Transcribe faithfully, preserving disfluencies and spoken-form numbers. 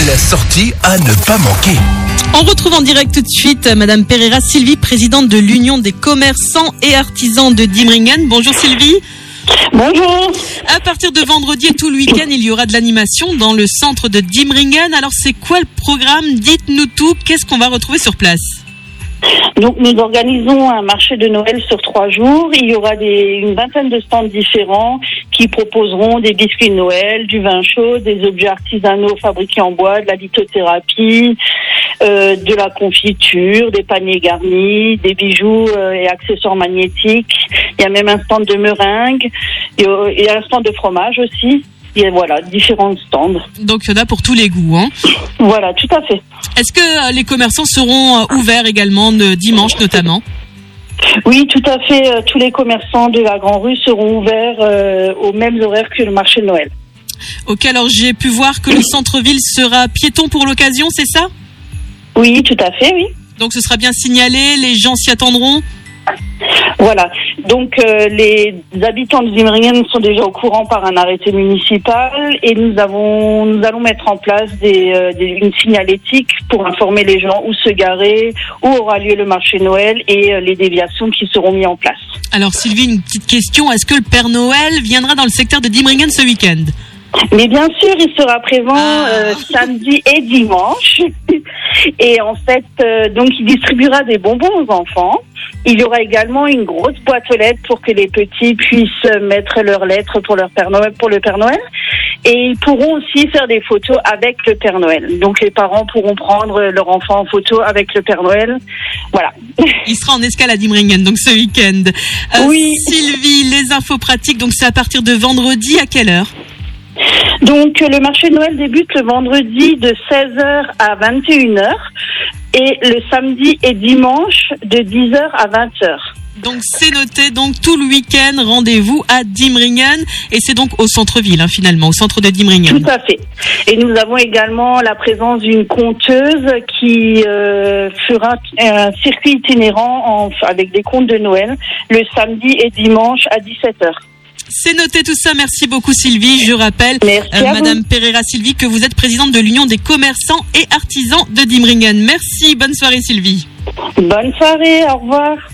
La sortie à ne pas manquer. On retrouve en direct tout de suite Madame Pereira Sylvie, présidente de l'Union des commerçants et artisans de Diemringen. Bonjour Sylvie. Bonjour. À partir de vendredi et tout le week-end, il y aura de l'animation dans le centre de Diemringen. Alors c'est quoi le programme? Dites-nous tout. Qu'est-ce qu'on va retrouver sur place? Donc nous organisons un marché de Noël sur trois jours. Il y aura des, une vingtaine de stands différents qui proposeront des biscuits de Noël, du vin chaud, des objets artisanaux fabriqués en bois, de la lithothérapie, euh, de la confiture, des paniers garnis, des bijoux euh, et accessoires magnétiques. Il y a même un stand de meringues et, euh, et un stand de fromage aussi. Et voilà, différents stands. Donc il y en a pour tous les goûts, hein. Voilà, tout à fait. Est-ce que euh, les commerçants seront euh, ouverts également de dimanche notamment? Oui, tout à fait. Euh, tous les commerçants de la Grand Rue seront ouverts euh, aux mêmes horaires que le marché de Noël. Ok, alors j'ai pu voir que le centre-ville sera piéton pour l'occasion, c'est ça? Oui, tout à fait, oui. Donc ce sera bien signalé, les gens s'y attendront? Voilà, donc euh, les habitants de Diemringen sont déjà au courant par un arrêté municipal et nous avons, nous allons mettre en place des, euh, des, une signalétique pour informer les gens où se garer, où aura lieu le marché Noël et euh, les déviations qui seront mises en place. Alors Sylvie, une petite question, est-ce que le Père Noël viendra dans le secteur de Diemringen ce week-end? Mais bien sûr, il sera présent ah. euh, samedi et dimanche. Et en fait, euh, donc il distribuera des bonbons aux enfants. Il y aura également une grosse boîte aux lettres pour que les petits puissent mettre leurs lettres pour leur Père Noël, pour le Père Noël. Et ils pourront aussi faire des photos avec le Père Noël. Donc les parents pourront prendre leur enfant en photo avec le Père Noël. Voilà. Il sera en escale à Diemringen, donc ce week-end. Euh, oui. Sylvie, les infos pratiques, donc c'est à partir de vendredi, à quelle heure? Donc le marché de Noël débute le vendredi de seize heures à vingt et une heures et le samedi et dimanche de dix heures à vingt heures. Donc c'est noté, donc tout le week-end, rendez-vous à Diemringen et c'est donc au centre-ville hein, finalement, au centre de Diemringen. Tout à fait. Et nous avons également la présence d'une conteuse qui euh, fera un circuit itinérant en, avec des contes de Noël le samedi et dimanche à dix-sept heures. C'est noté tout ça, merci beaucoup Sylvie. Je rappelle, euh, Madame Pereira Sylvie, que vous êtes présidente de l'Union des commerçants et artisans de Diemringen. Merci, bonne soirée Sylvie. Bonne soirée, au revoir.